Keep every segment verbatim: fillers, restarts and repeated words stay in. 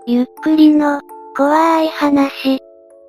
ゆっくりの、怖い話。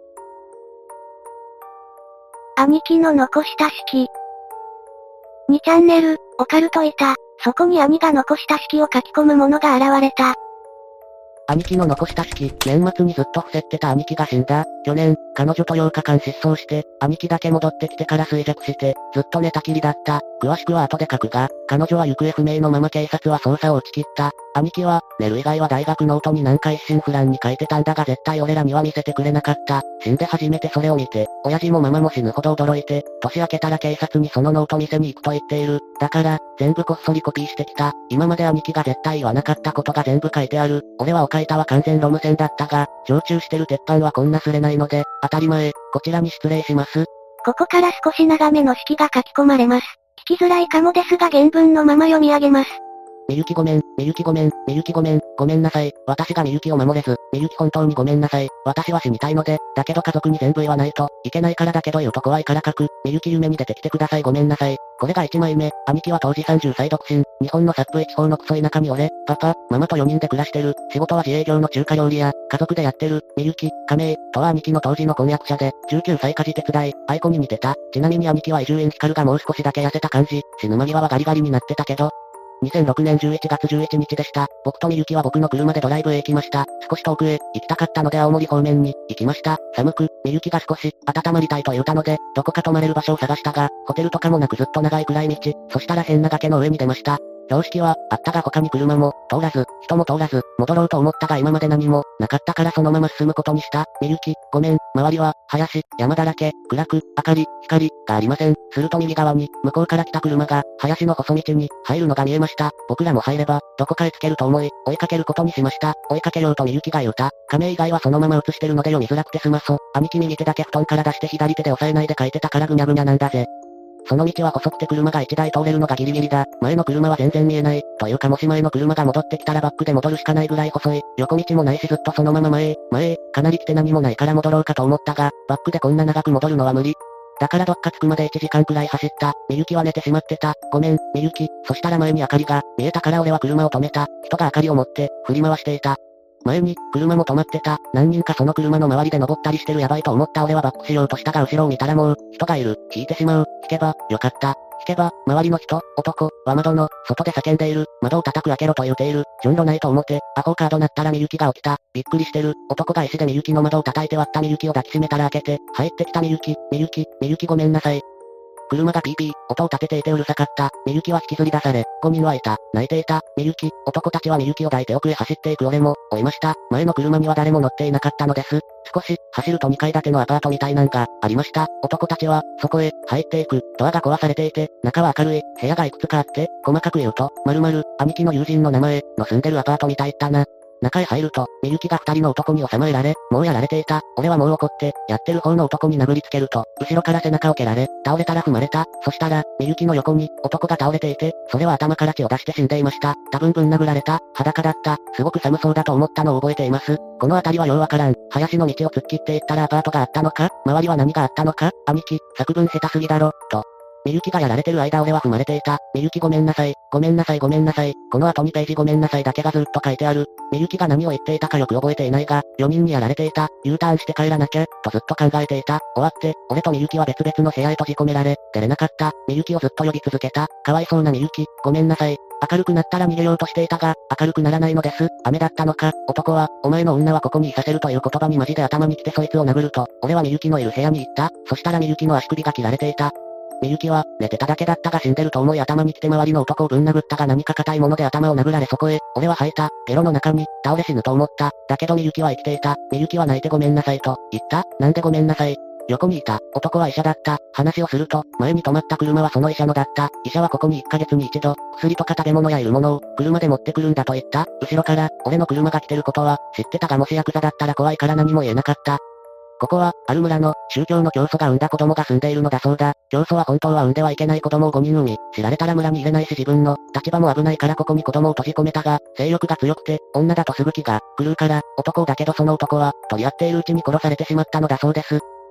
兄貴の残した式。にチャンネル、オカルトいた。そこに兄が残した式を書き込む者が現れた。 兄貴の残した式、年末にずっと伏せってた兄貴が死んだ。去年、彼女とようかかん失踪して、兄貴だけ戻ってきてから衰弱して、ずっと寝たきりだった。詳しくは後で書くが、彼女は行方不明のまま警察は捜査を打ち切った。兄貴は、寝る以外は大学ノートに何か一心不乱に書いてたんだが絶対俺らには見せてくれなかった。死んで初めてそれを見て、親父もママも死ぬほど驚いて、年明けたら警察にそのノート見せに行くと言っている。だから、全部こっそりコピーしてきた。今まで兄貴が絶対言わなかったことが全部書いてある。俺はおかいたは完全ロム線だったが、常駐してる鉄板はこんな擦れないので、当たり前、こちらに失礼します。 ここから少し長めの式が書き込まれます。聞きづらいかもですが原文のまま読み上げます。 みゆきごめん、みゆきごめん、みゆきごめん、ごめんなさい。私がみゆきを守れず、みゆき本当にごめんなさい。私は死にたいので、だけど家族に全部言わないと、いけないからだけど言うと怖いから書く。みゆき夢に出てきてくださいごめんなさい。これがいちまいめ、兄貴は当時さんじゅっさい独身、日本の札幌地方のクソ田舎に俺、パパ、ママとよにんで暮らしてる。仕事は自営業の中華料理屋、家族でやってる。みゆき、亀井、とは兄貴の当時の婚約者で、じゅうきゅうさい家事手伝い、愛子に似てた。ちなみに兄貴は伊集院光がもう少しだけ痩せた感じ、死ぬ間際はガリガリになってたけど、にせんろくねんじゅういちがつじゅういちにちでした。僕とみゆきは僕の車でドライブへ行きました。少し遠くへ、行きたかったので青森方面に、行きました。寒く、みゆきが少し、温まりたいと言ったので、どこか泊まれる場所を探したが、ホテルとかもなくずっと長い暗い道、そしたら変な崖の上に出ました。標識は、あったが他に車も、通らず、人も通らず、戻ろうと思ったが今まで何も、なかったからそのまま進むことにした。みゆき、ごめん、周りは、林、山だらけ、暗く、明かり、光、がありません。すると右側に、向こうから来た車が、林の細道に、入るのが見えました。僕らも入れば、どこかへつけると思い、追いかけることにしました。追いかけようとみゆきが言うた。亀以外はそのまま映してるので読みづらくてすまそ。兄貴右手だけ布団から出して左手で押さえないで書いてたからぐにゃぐにゃなんだぜ。その道は細くて車がいちだい通れるのがギリギリだ。前の車は全然見えない。というかもし前の車が戻ってきたらバックで戻るしかないぐらい細い。横道もないしずっとそのまま前へ、前へ、かなり来て何もないから戻ろうかと思ったが、バックでこんな長く戻るのは無理。だからどっか着くまでいちじかんくらい走った。みゆきは寝てしまってた。ごめん、みゆき。そしたら前に明かりが、見えたから俺は車を止めた。人が明かりを持って、振り回していた。前に、車も止まってた。何人かその車の周りで登ったりしてるやばいと思った俺はバックしようとしたが後ろを見たらもう、人がいる。引いてしまう。引けば、よかった。引けば、周りの人、男、は窓の、外で叫んでいる。窓を叩く開けろと言うている。順路ないと思って、アホーカード鳴ったらみゆきが起きた。びっくりしてる。男が石でみゆきの窓を叩いて割ったみゆきを抱きしめたら開けて、入ってきたみゆき、みゆき、みゆきごめんなさい。車がピーピー、音を立てていてうるさかった。みゆきは引きずり出され、ごにんはいた。泣いていた。みゆき、男たちはみゆきを抱いて奥へ走っていく俺も、追いました。前の車には誰も乗っていなかったのです。少し、走るとにかい建てのアパートみたいなんが、ありました。男たちは、そこへ、入っていく。ドアが壊されていて、中は明るい、部屋がいくつかあって、細かく言うと、〇〇、兄貴の友人の名前、の住んでるアパートみたいったな。中へ入ると、みゆきが二人の男に収まえられ、もうやられていた。俺はもう怒って、やってる方の男に殴りつけると、後ろから背中を蹴られ、倒れたら踏まれた。そしたら、みゆきの横に、男が倒れていて、それは頭から血を出して死んでいました。多分ぶん殴られた。裸だった。すごく寒そうだと思ったのを覚えています。この辺りはようわからん。林の道を突っ切っていったらアパートがあったのか？周りは何があったのか？兄貴、作文下手すぎだろ、と。みゆきがやられてる間俺は踏まれていた。みゆきごめんなさい。ごめんなさいごめんなさい。この後にページごめんなさいだけがずっと書いてある。みゆきが何を言っていたかよく覚えていないが、よにんにやられていた。U ターンして帰らなきゃ、とずっと考えていた。終わって、俺とみゆきは別々の部屋へ閉じ込められ、出れなかった。みゆきをずっと呼び続けた。かわいそうなみゆき、ごめんなさい。明るくなったら逃げようとしていたが、明るくならないのです。雨だったのか、男は、お前の女はここにいさせるという言葉にマジで頭に来てそいつを殴ると、俺はみゆきのいる部屋に行った。そしたらみゆきの足首が切られていた。みゆきは、寝てただけだったが死んでると思い頭に来て周りの男をぶん殴ったが何か硬いもので頭を殴られそこへ、俺は吐いた。ゲロの中に、倒れ死ぬと思った。だけどみゆきは生きていた。みゆきは泣いてごめんなさいと、言った。なんでごめんなさい。横にいた、男は医者だった。話をすると、前に止まった車はその医者のだった。医者はここにいっかげつに一度、薬とか食べ物やいるものを、車で持ってくるんだと言った。後ろから、俺の車が来てることは、知ってたがもしヤクザだったら怖いから何も言えなかった。ここは、ある村の、宗教の教祖が産んだ子供が住んでいるのだそうだ。教祖は本当は産んではいけない子供をごにん産み、知られたら村に入れないし自分の、立場も危ないからここに子供を閉じ込めたが、性欲が強くて、女だとすぐ気が、狂うから、男だけどその男は、取り合っているうちに殺されてしまったのだそうです。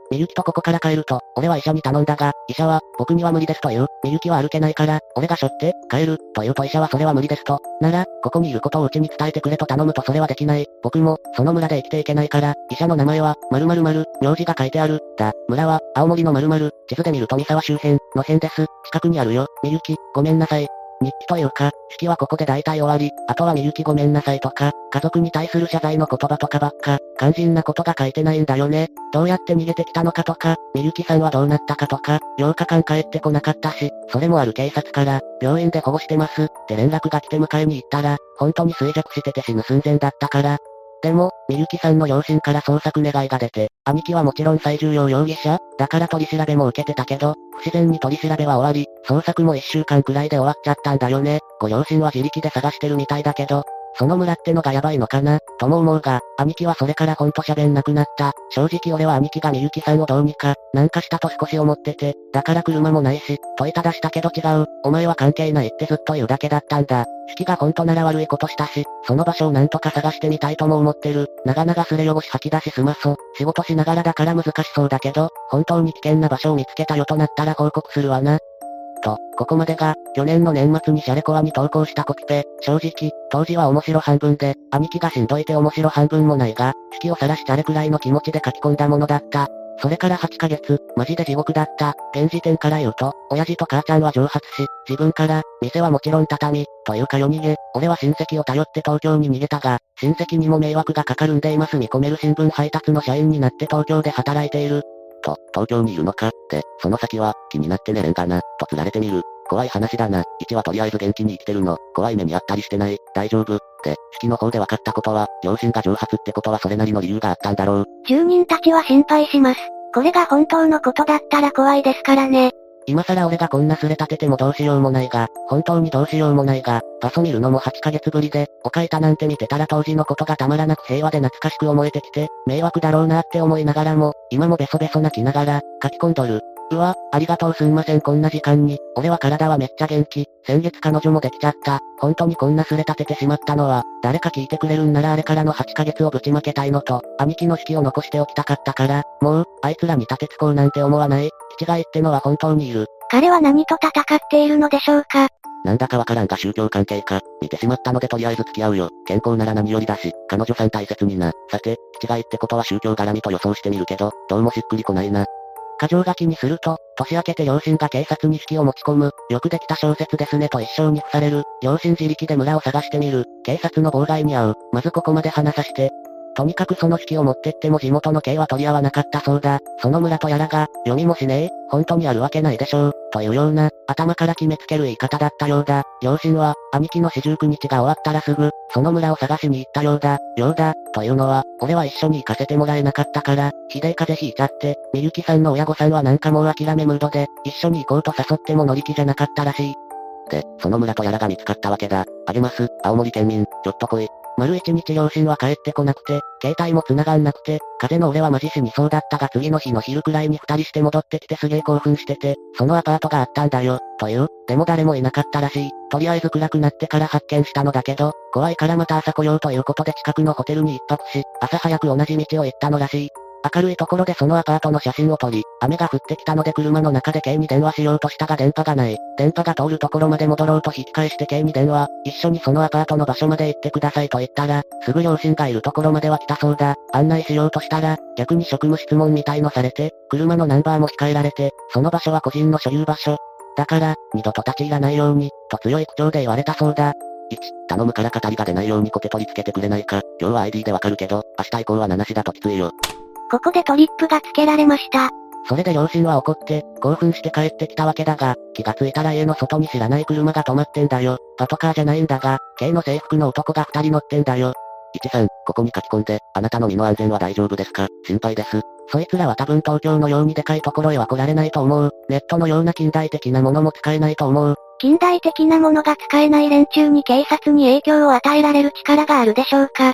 みゆきとここから帰ると、俺は医者に頼んだが、医者は、僕には無理ですと言う。みゆきは歩けないから、俺が背負って、帰る、と言うと医者はそれは無理ですと。なら、ここにいることをうちに伝えてくれと頼むとそれはできない。僕も、その村で生きていけないから、医者の名前は、〇〇〇、名字が書いてある。だ、村は、青森の〇〇、地図で見ると三沢周辺、の辺です。近くにあるよ。みゆき、ごめんなさい。日記というか、式はここで大体終わり、あとはみゆきごめんなさいとか、家族に対する謝罪の言葉とかばっか、肝心なことが書いてないんだよね。どうやって逃げてきたのかとか、みゆきさんはどうなったかとか、ようかかん帰ってこなかったし、それもある警察から、病院で保護してます、って連絡が来て迎えに行ったら、本当に衰弱してて死ぬ寸前だったから。でも、みゆきさんの両親から捜索願いが出て、兄貴はもちろん最重要容疑者、だから取り調べも受けてたけど、不自然に取り調べは終わり、捜索も一週間くらいで終わっちゃったんだよね。ご両親は自力で探してるみたいだけど、その村ってのがやばいのかな、とも思うが、兄貴はそれからほんと喋んなくなった。正直俺は兄貴がみゆきさんをどうにか、なんかしたと少し思ってて、だから車もないし、問いただしたけど違う、お前は関係ないってずっと言うだけだったんだ。式が本当なら悪いことしたし、その場所をなんとか探してみたいとも思ってる。長々すれ汚し吐き出し済まそう。仕事しながらだから難しそうだけど、本当に危険な場所を見つけたよとなったら報告するわな。と、ここまでが、去年の年末にシャレコアに投稿したコピペ。正直、当時は面白半分で、兄貴がしんどいて面白半分もないが、式を晒しチャレくらいの気持ちで書き込んだものだった。それからはちかげつ、マジで地獄だった。現時点から言うと、親父と母ちゃんは蒸発し、自分から、店はもちろん畳、というか夜逃げ、俺は親戚を頼って東京に逃げたが、親戚にも迷惑がかかるんで今住み込める新聞配達の社員になって東京で働いている。と、東京にいるのかって、その先は、気になって寝れんがな、と釣られてみる。怖い話だな。いちはとりあえず元気に生きてるの。怖い目にあったりしてない。大丈夫。って、式の方で分かったことは、両親が蒸発ってことはそれなりの理由があったんだろう。 住人たちは心配します。これが本当のことだったら怖いですからね。 今更俺がこんなすれ立ててもどうしようもないが、本当にどうしようもないが、パソ見るのもはちかげつぶりで、おかいたなんて見てたら当時のことがたまらなく平和で懐かしく思えてきて、迷惑だろうなって思いながらも、今もベソベソ泣きながら、書き込んどる。うわ、ありがとうすんませんこんな時間に、俺は体はめっちゃ元気、先月彼女もできちゃった、本当にこんなすれ立ててしまったのは、誰か聞いてくれるんならあれからのはちかげつをぶちまけたいのと、兄貴の式を残しておきたかったから、もう、あいつらに立てつこうなんて思わない、気違いってのは本当にいる。 彼は何と戦っているのでしょうか。 なんだかわからんが宗教関係か、見てしまったのでとりあえず付き合うよ。健康なら何よりだし、彼女さん大切にな。さて、気違いってことは宗教絡みと予想してみるけど、どうもしっくりこないな。過剰書きにすると、年明けて両親が警察に式を持ち込む、よくできた小説ですねと一生に付される、両親自力で村を探してみる、警察の妨害に遭う、まずここまで話さして。とにかくその式を持ってっても地元の刑は取り合わなかったそうだ。その村とやらが、読みもしねえ、本当にあるわけないでしょう、というような、頭から決めつける言い方だったようだ。両親は、兄貴の四十九日が終わったらすぐ、その村を探しに行ったようだ、ようだ、というのは、俺は一緒に行かせてもらえなかったから、ひでえ風邪ひいちゃって、みゆきさんの親御さんはなんかもう諦めムードで、一緒に行こうと誘っても乗り気じゃなかったらしい。で、その村とやらが見つかったわけだ。あげます、青森県民、ちょっと来い。丸一日両親は帰ってこなくて、携帯も繋がんなくて、風邪の俺はマジ死にそうだったが次の日の昼くらいに二人して戻ってきてすげえ興奮してて、そのアパートがあったんだよ、という、でも誰もいなかったらしい。とりあえず暗くなってから発見したのだけど、怖いからまた朝来ようということで近くのホテルに一泊し、朝早く同じ道を行ったのらしい。明るいところでそのアパートの写真を撮り、雨が降ってきたので車の中で K に電話しようとしたが電波がない。電波が通るところまで戻ろうと引き返して K に電話、一緒にそのアパートの場所まで行ってくださいと言ったら、すぐ両親がいるところまでは来たそうだ。案内しようとしたら、逆に職務質問みたいのされて、車のナンバーも控えられて、その場所は個人の所有場所。だから、二度と立ち入らないように、と強い口調で言われたそうだ。いち、頼むから語りが出ないようにコテ取り付けてくれないか。今日は アイディー でわかるけど、明日以降はななしだときついよ。 ここでトリップがつけられました。 それで両親は怒って、興奮して帰ってきたわけだが、気がついたら家の外に知らない車が止まってんだよ。パトカーじゃないんだが、K の制服の男が二人乗ってんだよ。いちさん、ここに書き込んで、あなたの身の安全は大丈夫ですか？心配です。そいつらは多分東京のようにでかいところへは来られないと思う。ネットのような近代的なものも使えないと思う。 近代的なものが使えない連中に警察に影響を与えられる力があるでしょうか？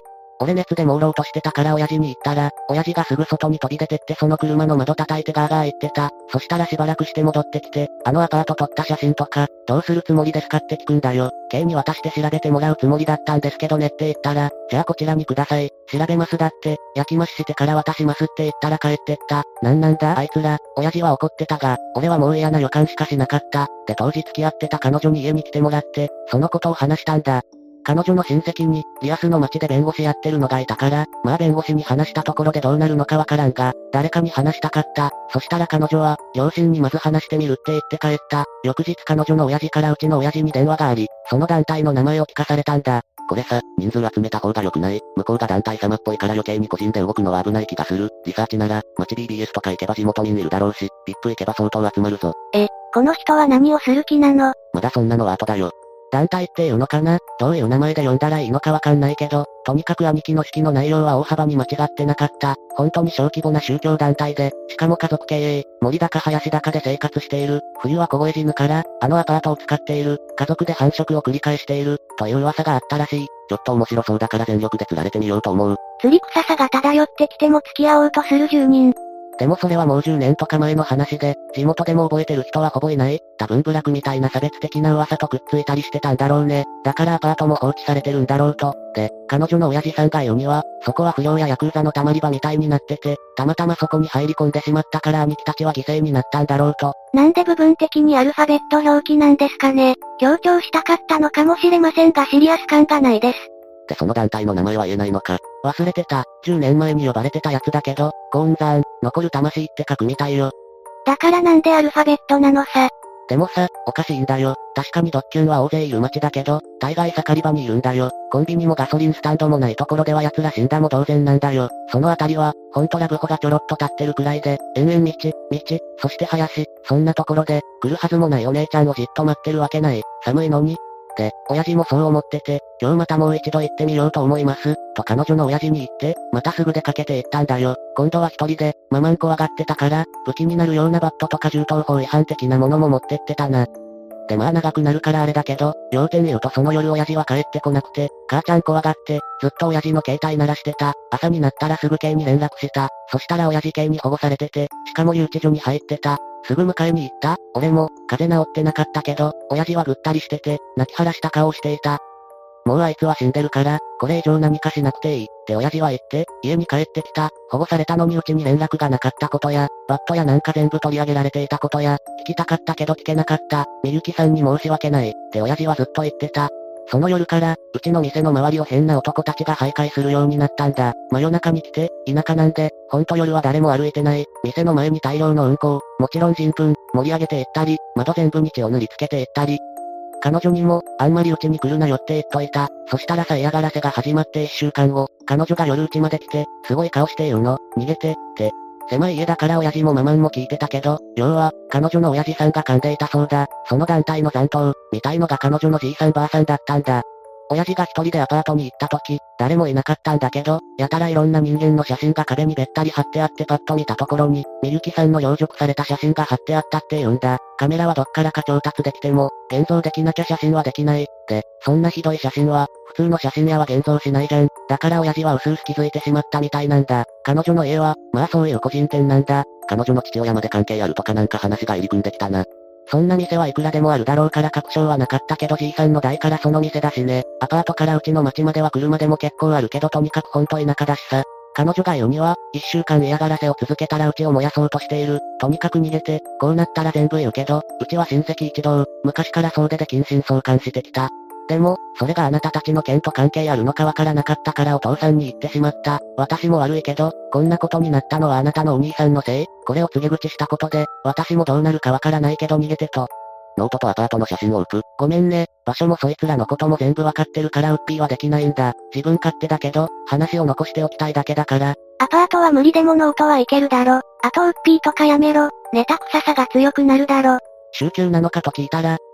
俺熱で朦朧としてたから親父に言ったら、親父がすぐ外に飛び出てってその車の窓叩いてガーガー言ってた。そしたらしばらくして戻ってきて、あのアパート撮った写真とか、どうするつもりですかって聞くんだよ。K に渡して調べてもらうつもりだったんですけどねって言ったら、じゃあこちらにください。調べますだって、焼き増ししてから渡しますって言ったら帰ってった。なんなんだあいつら、親父は怒ってたが、俺はもう嫌な予感しかしなかった。で当時付き合ってた彼女に家に来てもらって、そのことを話したんだ。彼女の親戚に、リアスの町で弁護士やってるのがいたから、まあ弁護士に話したところでどうなるのかわからんが、誰かに話したかった。そしたら彼女は、両親にまず話してみるって言って帰った。翌日彼女の親父からうちの親父に電話があり、その団体の名前を聞かされたんだ。 これさ、人数集めた方が良くない？向こうが団体様っぽいから余計に個人で動くのは危ない気がする。リサーチなら、町 ビービーエス とか行けば地元民いるだろうし、ビップ 行けば相当集まるぞ。 え、この人は何をする気なの？ まだそんなのは後だよ。 団体っていうのかな？どういう名前で呼んだらいいのかわかんないけど、とにかく兄貴の式の内容は大幅に間違ってなかった。本当に小規模な宗教団体で、しかも家族経営、森高林高で生活している。冬は凍え死ぬから、あのアパートを使っている。家族で繁殖を繰り返している。という噂があったらしい。 ちょっと面白そうだから全力で釣られてみようと思う。 釣り臭さが漂ってきても付き合おうとする住人。 でもそれはもうじゅうねんとか前の話で、地元でも覚えてる人はほぼいない。多分ブラックみたいな差別的な噂とくっついたりしてたんだろうね。だからアパートも放置されてるんだろうと。で、彼女の親父さんが言うには、そこは不良やヤクザの溜まり場みたいになってて、たまたまそこに入り込んでしまったから兄貴たちは犠牲になったんだろうと。 なんで部分的にアルファベット表記なんですかね。強調したかったのかもしれませんがシリアス感がないです。 でその団体の名前は言えないのか。 忘れてた。じゅうねんまえに呼ばれてたやつだけど、コーンザーン、残る魂って書くみたいよ。 だからなんでアルファベットなのさ。 でもさ、おかしいんだよ。確かにドッキュンは大勢いる街だけど、大概盛り場にいるんだよ。コンビニもガソリンスタンドもないところでは奴ら死んだも同然なんだよ。そのあたりは、ほんとラブホがちょろっと立ってるくらいで、延々道、道、そして林、そんなところで、来るはずもないお姉ちゃんをじっと待ってるわけない。寒いのに。で、親父もそう思ってて、今日またもう一度行ってみようと思います、と彼女の親父に言って、またすぐ出かけて行ったんだよ。今度は一人で、ママン怖がってたから、武器になるようなバットとか銃刀法違反的なものも持ってってたな。でまあ長くなるからあれだけど、要点言うとその夜親父は帰ってこなくて、母ちゃん怖がって、ずっと親父の携帯鳴らしてた。朝になったらすぐ警に連絡した。そしたら親父警に保護されてて、しかも留置所に入ってた。すぐ迎えに行った。俺も、風邪治ってなかったけど、親父はぐったりしてて、泣き晴らした顔をしていた。もうあいつは死んでるから、これ以上何かしなくていい、って親父は言って、家に帰ってきた。保護されたのにうちに連絡がなかったことや、バットやなんか全部取り上げられていたことや、聞きたかったけど聞けなかった。みゆきさんに申し訳ない、って親父はずっと言ってた。その夜から、うちの店の周りを変な男たちが徘徊するようになったんだ。真夜中に来て、田舎なんで、ほんと夜は誰も歩いてない。店の前に大量の運行、もちろん人糞、盛り上げていったり、窓全部に血を塗りつけていったり。彼女にも、あんまりうちに来るなよって言っといた。そしたらさ嫌がらせが始まって一週間後、彼女が夜うちまで来て、すごい顔して言うの、逃げて、って。狭い家だから親父もママンも聞いてたけど、要は、彼女の親父さんが噛んでいたそうだ。その団体の残党、みたいのが彼女のじいさんばあさんだったんだ。親父が一人でアパートに行った時、誰もいなかったんだけど、やたらいろんな人間の写真が壁にべったり貼ってあってパッと見たところに、みゆきさんの養殖された写真が貼ってあったって言うんだ。カメラはどっからか調達できても、現像できなきゃ写真はできない。で、そんなひどい写真は、普通の写真屋は現像しないじゃん。だから親父は薄々気づいてしまったみたいなんだ。彼女の家は、まあそういう個人店なんだ。 彼女の父親まで関係あるとかなんか話が入り組んできたな。 そんな店はいくらでもあるだろうから確証はなかったけどじいさんの代からその店だしね。アパートからうちの町までは車でも結構あるけどとにかくほんと田舎だしさ。彼女が言うには、一週間嫌がらせを続けたらうちを燃やそうとしている。とにかく逃げて、こうなったら全部言うけど、うちは親戚一同、昔から総出で近親相関してきた。でも、それがあなたたちの件と関係あるのかわからなかったからお父さんに言ってしまった。私も悪いけど、こんなことになったのはあなたのお兄さんのせい。これを告げ口したことで、私もどうなるかわからないけど逃げてと。 ノートとアパートの写真を送。 ごめんね、場所もそいつらのことも全部わかってるからウッピーはできないんだ。自分勝手だけど、話を残しておきたいだけだから。 アパートは無理でもノートはいけるだろ。あとウッピーとかやめろ。ネタ臭さが強くなるだろ。 週休なのかと聞いたら、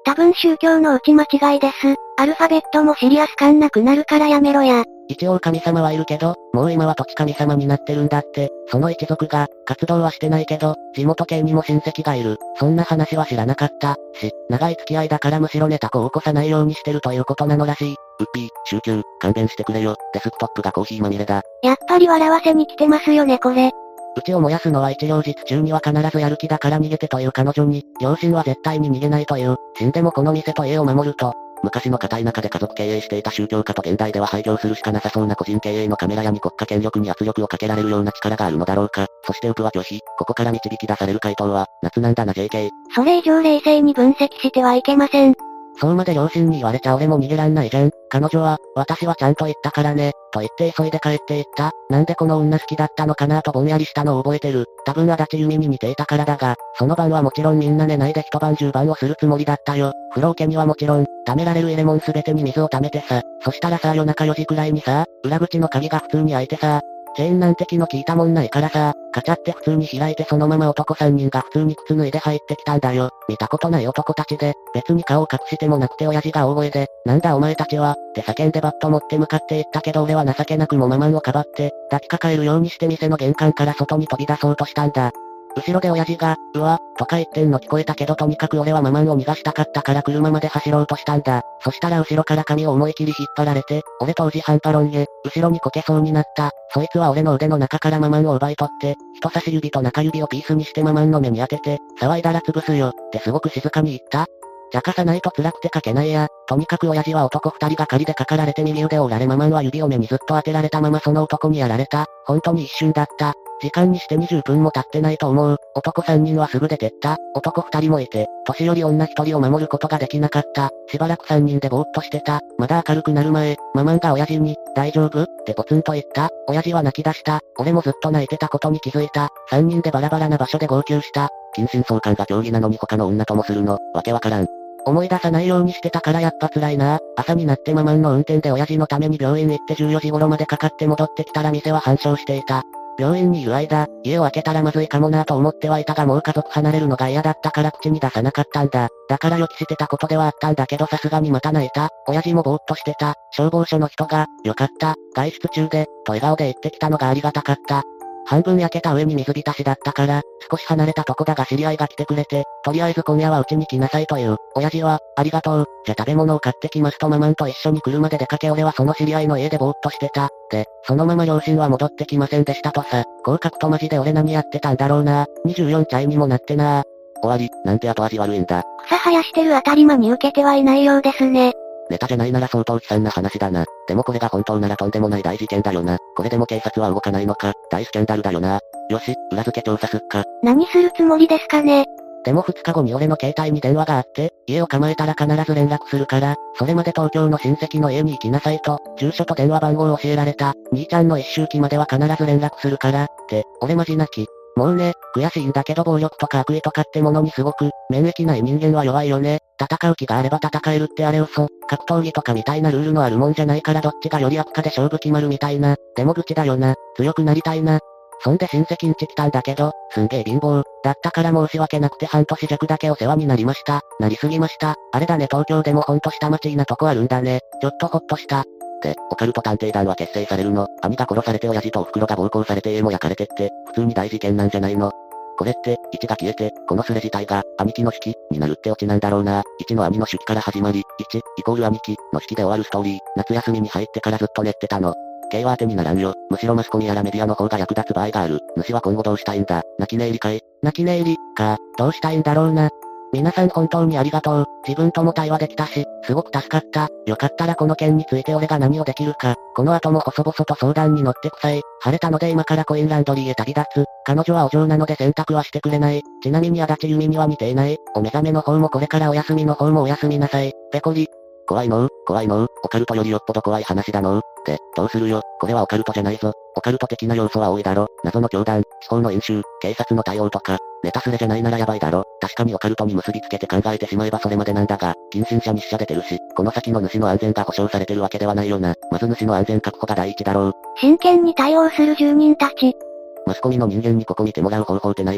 多分宗教の打ち間違いです。アルファベットもシリアス感なくなるからやめろや。 一応神様はいるけど、もう今は土地神様になってるんだって。その一族が、活動はしてないけど、地元系にも親戚がいる。そんな話は知らなかった。し、長い付き合いだからむしろネタ子を起こさないようにしてるということなのらしい。 うっぴー、宗教、勘弁してくれよ。デスクトップがコーヒーまみれだ。 やっぱり笑わせに来てますよねこれ。 うちを燃やすのは一両日中には必ずやる気だから逃げてという彼女に、両親は絶対に逃げないという、死んでもこの店と家を守ると。 昔の片田舎で家族経営していた宗教家と現代では廃業するしかなさそうな個人経営のカメラ屋に国家権力に圧力をかけられるような力があるのだろうか。そしてウプは拒否。ここから導き出される回答は、夏なんだな ジェーケー。 それ以上冷静に分析してはいけません。 そうまで両親に言われちゃ俺も逃げらんないじゃん。彼女は、私はちゃんと言ったからね、と言って急いで帰っていった。なんでこの女好きだったのかなとぼんやりしたのを覚えてる。多分足立由美に似ていたからだが、その晩はもちろんみんな寝ないで一晩十晩をするつもりだったよ。風呂桶にはもちろん、溜められる入れ物すべてに水を溜めてさ。そしたらさ夜中よじくらいにさ、裏口の鍵が普通に開いてさ、チェーンなんて気の利いたもんないからさ、カチャって普通に開いてそのまま男さんにんが普通に靴脱いで入ってきたんだよ。見たことない男たちで、別に顔を隠してもなくて親父が大声で、なんだお前たちは、って叫んでバット持って向かっていったけど俺は情けなくもママンをかばって、抱きかかえるようにして店の玄関から外に飛び出そうとしたんだ。後ろで親父が、うわ、とか言ってんの聞こえたけどとにかく俺はママンを逃がしたかったから車まで走ろうとしたんだ。そしたら後ろから髪を思い切り引っ張られて、俺当時半パロンへ、後ろにこけそうになった。そいつは俺の腕の中からママンを奪い取って、人差し指と中指をピースにしてママンの目に当てて、騒いだら潰すよ、ってすごく静かに言った。じゃかさないと辛くて書けないや。とにかく親父は男二人が仮でかかられて右腕を折られママンは指を目にずっと当てられたままその男にやられた。本当に一瞬だった。時間にしてにじゅっぷんも経ってないと思う。男三人はすぐ出てった。男二人もいて、年寄り女一人を守ることができなかった。しばらく三人でぼーっとしてた。まだ明るくなる前、ママンが親父に、大丈夫ってポツンと言った。親父は泣き出した。俺もずっと泣いてたことに気づいた。三人でバラバラな場所で号泣した。 近親相関が競技なのに他の女ともするの、わけわからん。 思い出さないようにしてたからやっぱ辛いな。朝になってママンの運転で親父のために病院行ってじゅうよじ頃までかかって戻ってきたら店は半焼していた。病院にいる間、家を開けたらまずいかもなぁと思ってはいたがもう家族離れるのが嫌だったから口に出さなかったんだ。だから予期してたことではあったんだけどさすがにまた泣いた。親父もぼーっとしてた。消防署の人が、よかった、外出中で、と笑顔で言ってきたのがありがたかった。半分焼けた上に水浸しだったから、少し離れたとこだが知り合いが来てくれて、とりあえず今夜は家に来なさいという。親父は、ありがとう、じゃ食べ物を買ってきますとママンと一緒に車で出かけ俺はその知り合いの家でぼーっとしてた。で、そのまま両親は戻ってきませんでしたとさ。こう書くとマジで俺何やってたんだろうな。にじゅうよんチャイにもなってな。 終わり、なんて後味悪いんだ。 草生やしてるあたり間に受けてはいないようですね。 ネタじゃないなら相当悲惨な話だな。でもこれが本当ならとんでもない大事件だよな。これでも警察は動かないのか。大スキャンダルだよな。よし、裏付け調査すっか。 何するつもりですかね。 でもふつかごに俺の携帯に電話があって、家を構えたら必ず連絡するから、それまで東京の親戚の家に行きなさいと、住所と電話番号を教えられた。兄ちゃんの一周期までは必ず連絡するから、って、俺マジ泣き。もうね、悔しいんだけど暴力とか悪意とかってものにすごく、免疫ない人間は弱いよね。戦う気があれば戦えるってあれ嘘。格闘技とかみたいなルールのあるもんじゃないからどっちがより悪かで勝負決まるみたいな。でも愚痴だよな。強くなりたいな。そんで親戚ん家来たんだけど、すんげえ貧乏。だったから申し訳なくて半年弱だけお世話になりました。なりすぎました。あれだね東京でもほんと下町なとこあるんだね。ちょっとほっとした。 で、オカルト探偵団は結成されるの。兄が殺されて親父とお袋が暴行されて家も焼かれてって、普通に大事件なんじゃないの。これって、いちが消えて、このスレ自体が、兄貴の式、になるってオチなんだろうな。いちの兄の手記から始まり、いち、イコール兄貴、の式で終わるストーリー。夏休みに入ってからずっと練ってたの。K は当てにならんよ。むしろマスコミやらメディアの方が役立つ場合がある。主は今後どうしたいんだ。泣き寝入りかい。 泣き寝入り、か、どうしたいんだろうな。皆さん本当にありがとう。自分とも対話できたし、すごく助かった。よかったらこの件について俺が何をできるか。この後も細々と相談に乗ってくさい。晴れたので今からコインランドリーへ旅立つ。彼女はお嬢なので洗濯はしてくれない。ちなみに足立由美には似ていない。お目覚めの方もこれからお休みの方もお休みなさい。ペコリ。 怖いのう、怖いのう、オカルトよりよっぽど怖い話だのう。で、どうするよ、これはオカルトじゃないぞ。オカルト的な要素は多いだろ。謎の教団、地方の飲酒、警察の対応とか、ネタスレじゃないならやばいだろ。確かにオカルトに結びつけて考えてしまえばそれまでなんだが、近親者に死者出てるし、この先の主の安全が保障されてるわけではないよな。まず主の安全確保が第一だろう。 真剣に対応する住人たち。 マスコミの人間にここ見てもらう方法ってないの？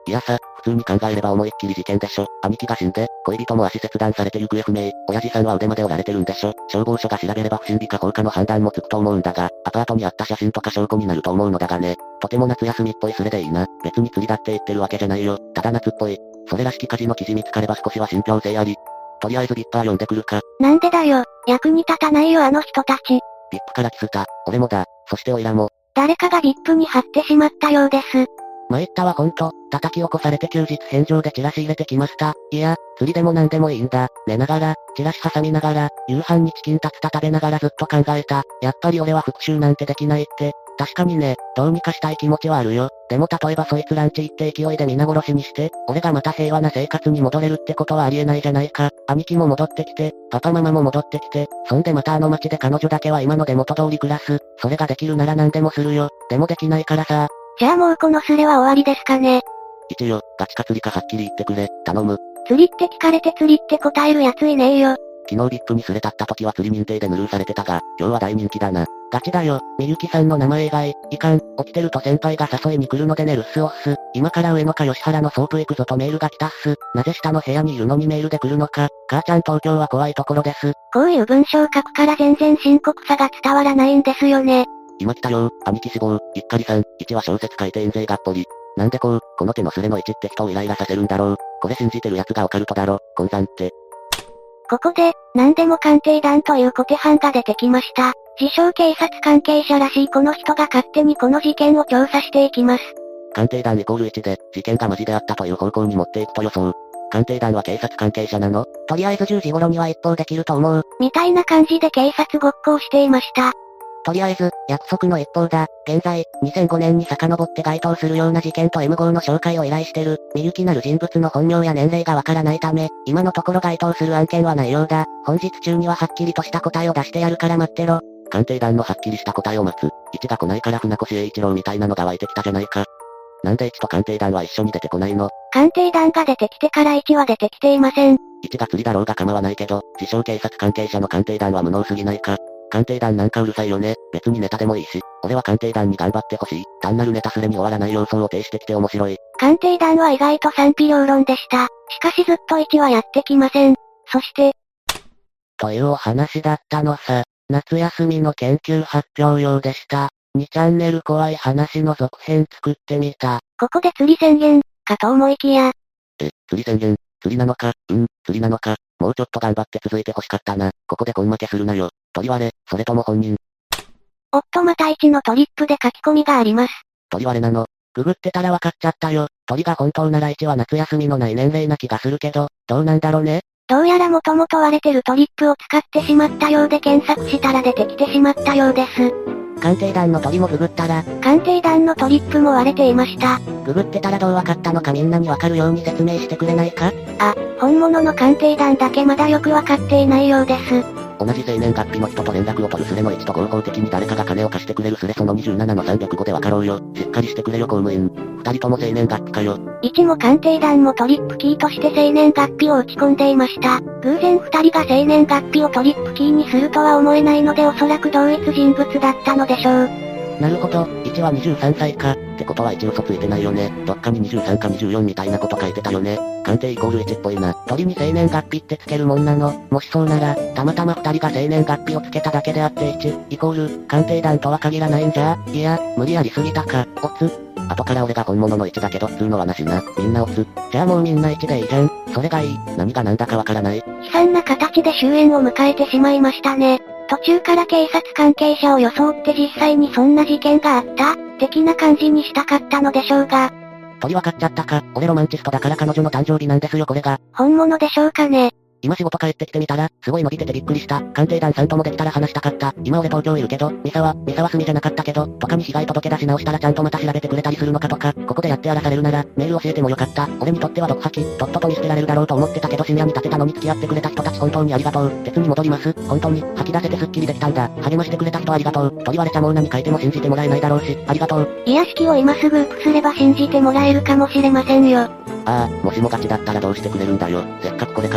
いやさ、普通に考えれば思いっきり事件でしょ。兄貴が死んで、恋人も足切断されて行方不明。親父さんは腕まで折られてるんでしょ。消防署が調べれば不審火か放火の判断もつくと思うんだが、アパートにあった写真とか証拠になると思うのだがね。とても夏休みっぽいスレでいいな。別に釣りだって言ってるわけじゃないよ。ただ夏っぽい。それらしき火事の記事見つかれば少しは信憑性あり。とりあえずビッパー呼んでくるか。 なんでだよ。役に立たないよあの人たち。 ビップからキスタ。俺もだ。そしてオイラも。 誰かがビップに貼ってしまったようです。 参ったわほんと、叩き起こされて休日返上でチラシ入れてきました。いや、釣りでも何でもいいんだ。寝ながら、チラシ挟みながら、夕飯にチキンタツタ食べながらずっと考えた。やっぱり俺は復讐なんてできないって。確かにね、どうにかしたい気持ちはあるよ。でも例えばそいつランチ行って勢いで皆殺しにして、俺がまた平和な生活に戻れるってことはありえないじゃないか。兄貴も戻ってきて、パパママも戻ってきて、そんでまたあの街で彼女だけは今ので元通り暮らす。それができるなら何でもするよ。でもできないからさ。 じゃあもうこのスレは終わりですかね。 一応、ガチか釣りかはっきり言ってくれ、頼む。 釣りって聞かれて釣りって答えるやついねえよ。 昨日ビップにすれ立った時は釣り認定でヌルーされてたが、今日は大人気だな。 ガチだよ、みゆきさんの名前以外、いかん、起きてると先輩が誘いに来るので寝るっすおっす。今から上野か吉原のソープ行くぞとメールが来たっす。なぜ下の部屋にいるのにメールで来るのか。母ちゃん東京は怖いところです。 こういう文章書くから全然深刻さが伝わらないんですよね。 今来たよ、兄貴死亡、一家離散、一は小説書いて印税がっぽり。なんでこう、この手のスレの位置って人をイライラさせるんだろう。これ信じてる奴がオカルトだろ、根山って。 ここで、何でも鑑定団という小手犯が出てきました。自称警察関係者らしいこの人が勝手にこの事件を調査していきます。 鑑定団イコールいちで、事件がマジであったという方向に持っていくと予想。鑑定団は警察関係者なの？ とりあえずじゅうじ頃には一報できると思う。 みたいな感じで警察ごっこをしていました。 とりあえず、約束の一報だ。現在、にせんごねんに遡って該当するような事件と エムご の紹介を依頼してる。みゆきなる人物の本名や年齢がわからないため、今のところ該当する案件はないようだ。本日中にははっきりとした答えを出してやるから待ってろ。 鑑定団のはっきりした答えを待つ。いちが来ないから船越英一郎みたいなのが湧いてきたじゃないか。なんでいちと鑑定団は一緒に出てこないの？ 鑑定団が出てきてからいちは出てきていません。 いちが釣りだろうが構わないけど、自称警察関係者の鑑定団は無能すぎないか。鑑定団なんかうるさいよね。別にネタでもいいし、俺は鑑定団に頑張ってほしい。単なるネタスレに終わらない要素を呈してきて面白い。 鑑定団は意外と賛否両論でした。しかしずっといちはやってきません。そして、 というお話だったのさ。夏休みの研究発表用でした。にチャンネル怖い話の続編作ってみた。 ここで釣り宣言、かと思いきや。 え、釣り宣言、釣りなのか、うん、釣りなのか。もうちょっと頑張って続いて欲しかったな。ここで根負けするなよ。鳥割れ、それとも本人。 おっとまたいちのトリップで書き込みがあります。 鳥割れなの。 ググってたらわかっちゃったよ。鳥が本当ならいちは夏休みのない年齢な気がするけど、どうなんだろうね。 どうやらもともと割れてるトリップを使ってしまったようで検索したら出てきてしまったようです。 鑑定団の鳥もググったら、 鑑定団のトリップも割れていました。 ググってたらどうわかったのかみんなにわかるように説明してくれないか？ あ、本物の鑑定団だけまだよくわかっていないようです。 同じ生年月日の人と連絡を取るスレのいちと合法的に誰かが金を貸してくれるスレそのにじゅうななのさんびゃくごでわかろうよ。しっかりしてくれよ公務員。二人とも生年月日かよ。 いちも鑑定団もトリップキーとして生年月日を打ち込んでいました。偶然二人が生年月日をトリップキーにするとは思えないのでおそらく同一人物だったのでしょう。 なるほど、いちはにじゅうさんさいか。 ってことはいち嘘ついてないよね。どっかににじゅうさんかにじゅうよんみたいなこと書いてたよね。鑑定イコールいちっぽいな。 鳥に生年月日ってつけるもんなの。もしそうなら、たまたま二人が生年月日をつけただけであっていち、イコール、鑑定団とは限らないんじゃ？いや、無理やりすぎたか、おつ。 後から俺が本物のいちだけど普通のはなしな。みんなおつ。 じゃあもうみんないちでいいじゃん。それがいい。 何が何だかわからない。 悲惨な形で終焉を迎えてしまいましたね。途中から警察関係者を装って実際にそんな事件があった的な感じにしたかったのでしょうが。 鳥わかっちゃったか。俺ロマンチストだから彼女の誕生日なんですよこれが。 本物でしょうかね。 今仕事帰ってきてみたら、すごい伸びててびっくりした。鑑定団さんともできたら話したかった。今俺東京いるけど、ミサは、ミサは済みじゃなかったけど、とかに被害届出し直したらちゃんとまた調べてくれたりするのかとか、ここでやって荒らされるなら、メール教えてもよかった。俺にとっては毒吐き、とっとと見捨てられるだろうと思ってたけど深夜に立てたのに付き合ってくれた人たち本当にありがとう。鉄に戻ります。本当に、吐き出せてスッキリできたんだ。励ましてくれた人ありがとう。鳥割れちゃもう何書いても信じてもらえないだろうし、ありがとう。 癒しきを今すぐウプすれば信じてもらえるかもしれませんよ。 ああ、もしもガチだったらどうしてくれるんだよ。せっかくこれからだったのに。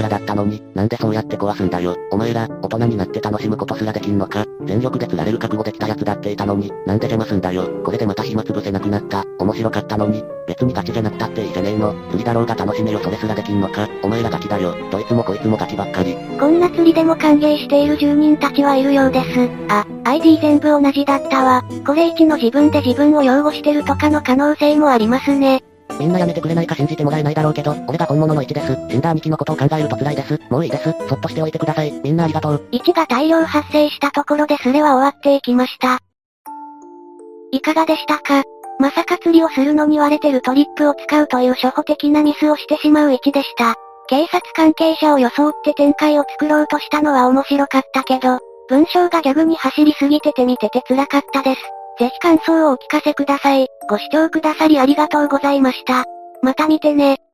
に、なんでそうやって壊すんだよ。お前ら、大人になって楽しむことすらできんのか。全力で釣られる覚悟できたやつだっていたのに、なんで邪魔すんだよ。これでまた暇つぶせなくなった。面白かったのに、別にガチじゃなくたっていいじゃねえの。釣りだろうが楽しめよ、それすらできんのか。お前らガキだよ。どいつもこいつもガキばっかり。 こんな釣りでも歓迎している住人たちはいるようです。あ、アイディー 全部同じだったわ。これいちの自分で自分を擁護してるとかの可能性もありますね。 みんなやめてくれないか信じてもらえないだろうけど、俺が本物のいちです。死んだ兄貴のことを考えると辛いです。もういいです。そっとしておいてください。みんなありがとう。 いちが大量発生したところでスレは終わっていきました。いかがでしたか？まさか釣りをするのに割れてるトリップを使うという初歩的なミスをしてしまういちでした。警察関係者を装って展開を作ろうとしたのは面白かったけど、文章がギャグに走りすぎてて見てて辛かったです。ぜひ感想をお聞かせください。ご視聴くださりありがとうございました。また見てね。